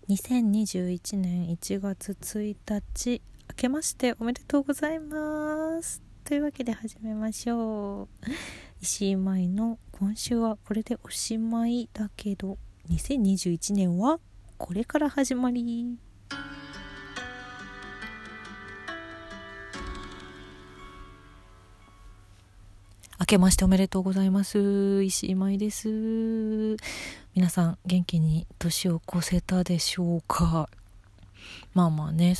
2021年1月1日明けましておめでとうございますというわけで始めましょう。石井舞の今週はこれでおしまいだけど2021年はこれから始まり。明けましておめでとうございます。石井舞です。皆さん元気に年を越せたでしょうか。まあね、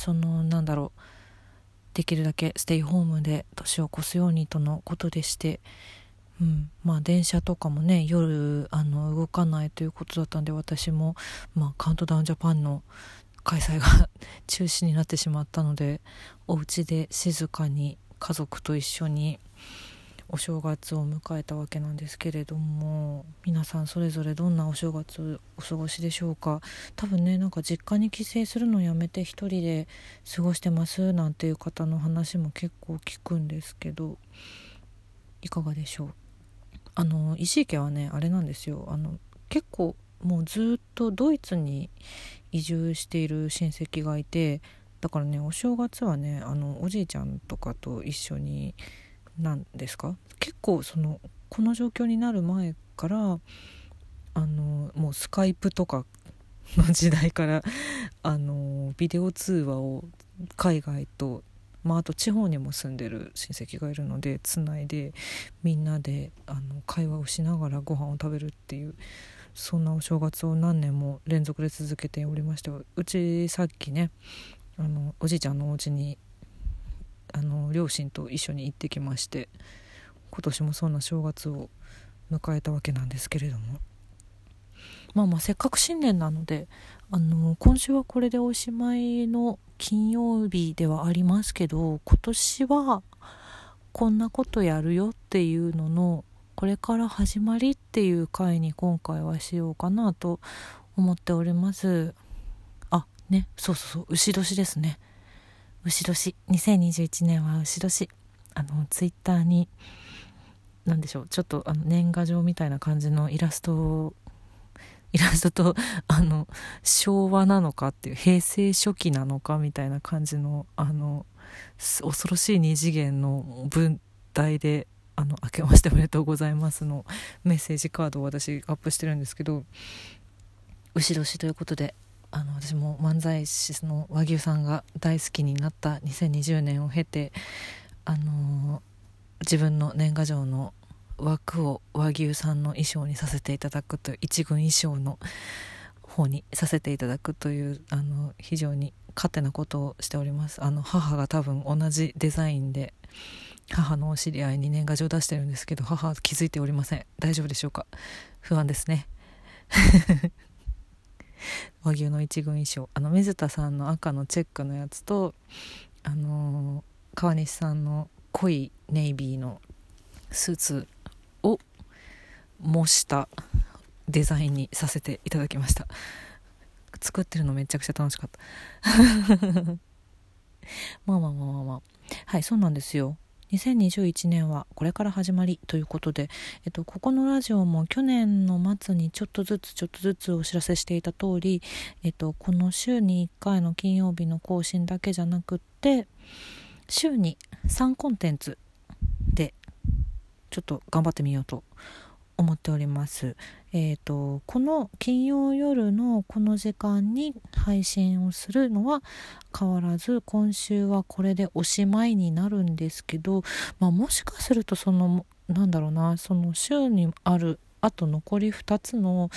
できるだけステイホームで年を越すようにとのことでして、電車とかもね夜動かないということだったんで、私もカウントダウンジャパンの開催が中止になってしまったので、お家で静かに家族と一緒にお正月を迎えたわけなんですけれども、皆さんそれぞれどんなお正月お過ごしでしょうか。多分ね、実家に帰省するのやめて一人で過ごしてますなんていう方の話も結構聞くんですけど、いかがでしょう。石井家はねあれなんですよ、結構もうずっとドイツに移住している親戚がいて、だからねお正月はねおじいちゃんとかと一緒になんですか、結構この状況になる前からもうスカイプとかの時代からビデオ通話を海外と、あと地方にも住んでる親戚がいるのでつないでみんなで会話をしながらご飯を食べるっていう、そんなお正月を何年も連続で続けておりました。うちさっきねおじいちゃんのお家に両親と一緒に行ってきまして、今年もそんな正月を迎えたわけなんですけれども、せっかく新年なので今週はこれでおしまいの金曜日ではありますけど、今年はこんなことやるよっていうののこれから始まりっていう回に今回はしようかなと思っております。そう牛年ですね。牛年、2021年は牛年。ツイッターにちょっと年賀状みたいな感じのイラストと昭和なのかっていう、平成初期なのかみたいな感じの恐ろしい二次元の文体で明けましておめでとうございますのメッセージカードを私アップしてるんですけど、牛年ということで私も漫才師の和牛さんが大好きになった2020年を経て自分の年賀状の枠を和牛さんの衣装にさせていただくという、一軍衣装の方にさせていただくという非常に勝手なことをしております。母が多分同じデザインで母のお知り合いに年賀状出してるんですけど、母は気づいておりません。大丈夫でしょうか。不安ですね和牛の一軍衣装、水田さんの赤のチェックのやつと川西さんの濃いネイビーのスーツを模したデザインにさせていただきました。作ってるのめちゃくちゃ楽しかったはい、そうなんですよ。2021年はこれから始まりということで、ここのラジオも去年の末にちょっとずつお知らせしていた通り、この週に1回の金曜日の更新だけじゃなくって、週に3コンテンツでちょっと頑張ってみようと思っております。この金曜夜のこの時間に配信をするのは変わらず、今週はこれでおしまいになるんですけど、もしかするとその週にあるあと残り2つの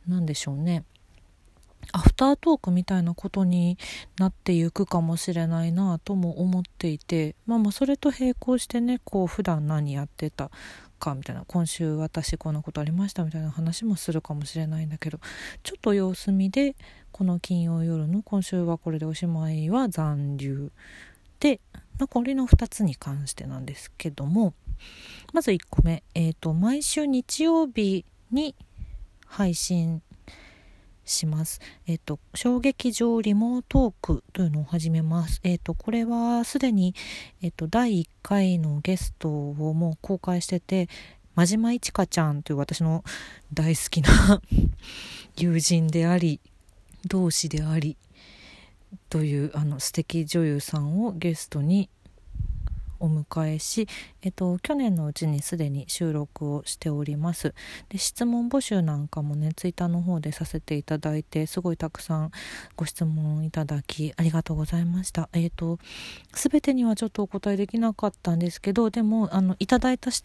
アフタートークみたいなことになっていくかもしれないなとも思っていて、それと並行してね、普段何やってたかみたいな、今週私こんなことありましたみたいな話もするかもしれないんだけど、ちょっと様子見でこの金曜夜の今週はこれでおしまいは残留で、残りの2つに関してなんですけども、まず1個目、毎週日曜日に配信します。小劇場リモートークというのを始めます。これはすでに、第1回のゲストをもう公開してて、真島いちかちゃんという私の大好きな友人であり同志でありという素敵女優さんをゲストにお迎えし、去年のうちにすでに収録をしております。で、質問募集なんかもねツイッターの方でさせていただいて、すごいたくさんご質問いただきありがとうございました。全てにはちょっとお答えできなかったんですけど、でもいただいた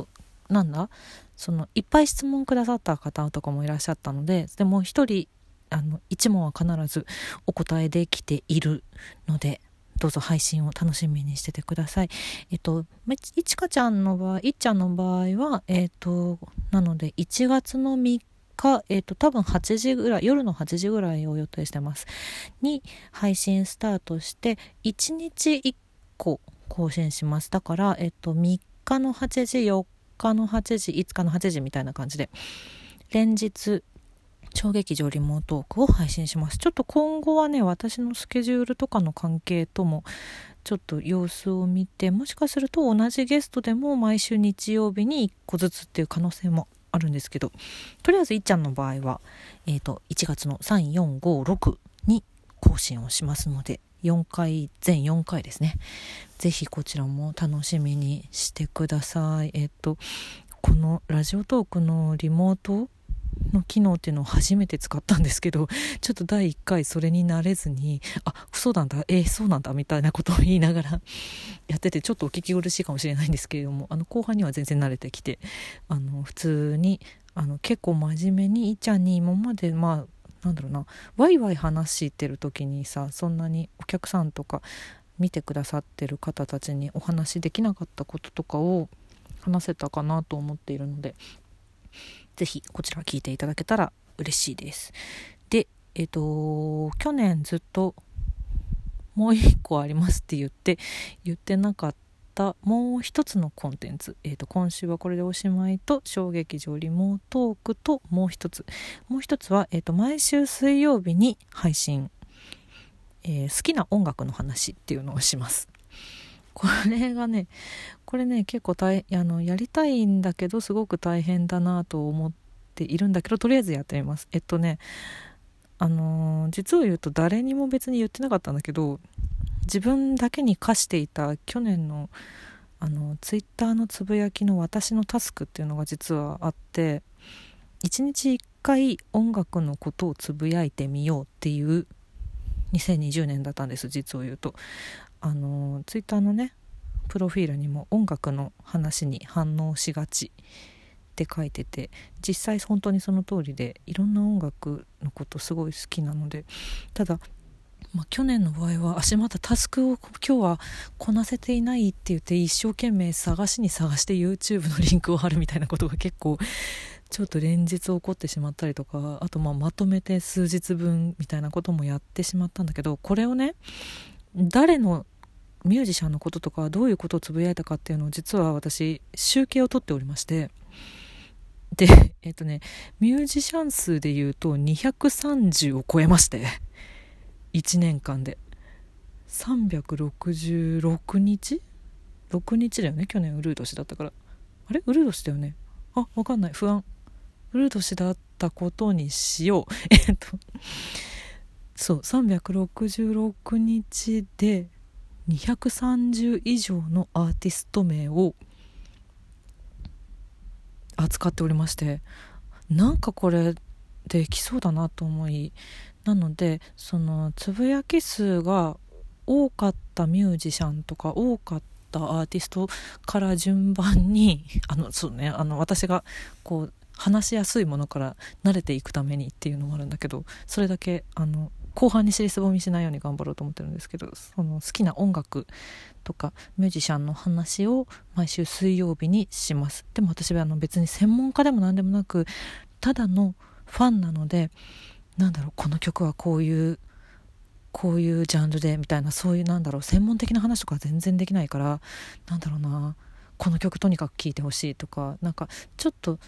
いっぱい質問くださった方とかもいらっしゃったので、でも一人一問は必ずお答えできているので、どうぞ配信を楽しみにしててください。いちかちゃんの場合、いっちゃんの場合はなので1月の3日、多分8時ぐらい、夜の8時ぐらいを予定してますに配信スタートして、1日1個更新します。だから3日の8時、4日の8時、5日の8時みたいな感じで連日小劇場リモートークを配信します。ちょっと今後はね、私のスケジュールとかの関係ともちょっと様子を見て、もしかすると同じゲストでも毎週日曜日に1個ずつっていう可能性もあるんですけど、とりあえずいっちゃんの場合は、1月の3、4、5、6に更新をしますので、全4回ですね。ぜひこちらも楽しみにしてください。このラジオトークのリモートの機能っていうのを初めて使ったんですけど、ちょっと第1回それに慣れずに、そうなんだ、そうなんだみたいなことを言いながらやってて、ちょっとお聞き苦しいかもしれないんですけれども、後半には全然慣れてきて、普通に結構真面目にいっちゃんに今までワイワイ話してる時にさ、そんなにお客さんとか見てくださってる方たちにお話できなかったこととかを話せたかなと思っているので、ぜひこちら聞いていただけたら嬉しいです。で、去年ずっともう一個ありますって言ってなかったもう一つのコンテンツ、今週はこれでおしまいと、小劇場リモートークともう一つは、毎週水曜日に配信、好きな音楽の話っていうのをします。これね結構やりたいんだけどすごく大変だなと思っているんだけど、とりあえずやってみます。実を言うと誰にも別に言ってなかったんだけど、自分だけに課していた去年のツイッターのつぶやきの私のタスクっていうのが実はあって、1日1回音楽のことをつぶやいてみようっていう2020年だったんです。実を言うとツイッターのねプロフィールにも音楽の話に反応しがちって書いてて、実際本当にその通りで、いろんな音楽のことすごい好きなので、ただ、去年の場合はまたタスクを今日はこなせていないって言って一生懸命探して YouTube のリンクを貼るみたいなことが結構ちょっと連日起こってしまったりとか、あとまとめて数日分みたいなこともやってしまったんだけど、これをね誰のミュージシャンのこととかどういうことをつぶやいたかっていうのを実は私集計を取っておりまして、でミュージシャン数でいうと230を超えまして、1年間で366日6日だよね。去年ウルー年だったから、あれウルー年だよね、わかんない、不安、ウルー年だったことにしようそう366日で230以上のアーティスト名を扱っておりまして、なんかこれできそうだなと思い、なのでそのつぶやき数が多かったミュージシャンとか多かったアーティストから順番に私がこう話しやすいものから慣れていくためにっていうのもあるんだけど、それだけ後半に尻すぼみしないように頑張ろうと思ってるんですけど、その好きな音楽とかミュージシャンの話を毎週水曜日にします。でも私は別に専門家でも何でもなく、ただのファンなので、この曲はこういうジャンルでみたいな、そういう専門的な話とか全然できないから、この曲とにかく聴いてほしいとか、ちょっと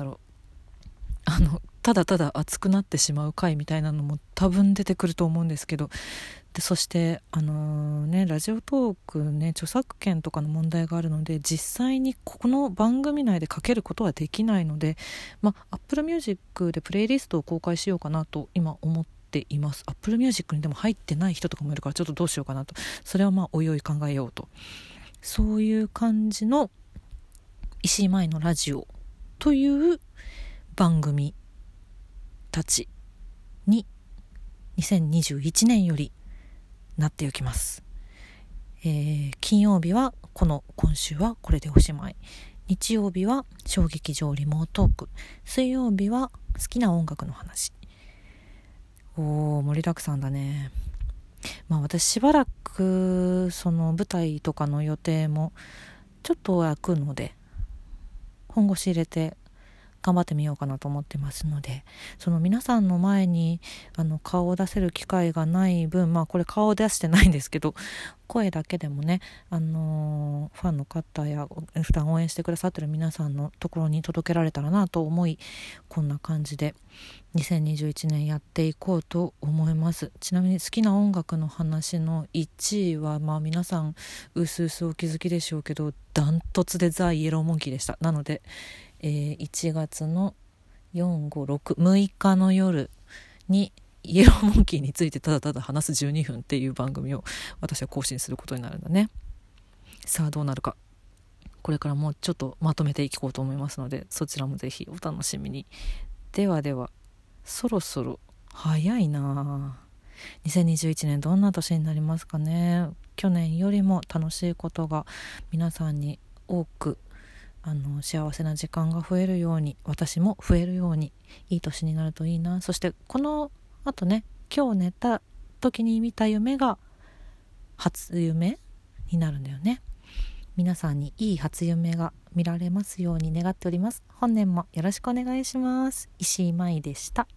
ただただ熱くなってしまう回みたいなのも多分出てくると思うんですけど、でそしてラジオトークね、著作権とかの問題があるので、実際にこの番組内でかけることはできないので、Apple Music でプレイリストを公開しようかなと今思ってっています。 Apple Music にでも入ってない人とかもいるから、ちょっとどうしようかなと、それはまあおいおい考えようと、そういう感じの石井舞のラジオという番組たちに2021年よりなっていきます。金曜日は今週はこれでおしまい、日曜日は小劇場リモートーク、水曜日は好きな音楽の話。盛りだくさんだね。まあ私しばらくその舞台とかの予定もちょっと空くので、本腰入れて頑張ってみようかなと思ってますので、その皆さんの前に顔を出せる機会がない分、まあこれ顔を出してないんですけど、声だけでもね、ファンの方や普段応援してくださってる皆さんのところに届けられたらなと思い、こんな感じで2021年やっていこうと思います。ちなみに好きな音楽の話の1位は、まあ皆さんうすうすお気づきでしょうけど、ダントツでザ・イエローモンキーでした。なので1月の4、5、6、6日の夜にイエローモンキーについてただただ話す12分っていう番組を私は更新することになるんだね。さあどうなるか、これからもうちょっとまとめていこうと思いますので、そちらもぜひお楽しみに。ではでは、そろそろ早いな。2021年どんな年になりますかね。去年よりも楽しいことが皆さんに多く幸せな時間が増えるように、私も増えるように、いい年になるといいな。そしてこの後ね、今日寝た時に見た夢が初夢になるんだよね。皆さんにいい初夢が見られますように願っております。本年もよろしくお願いします。石井舞でした。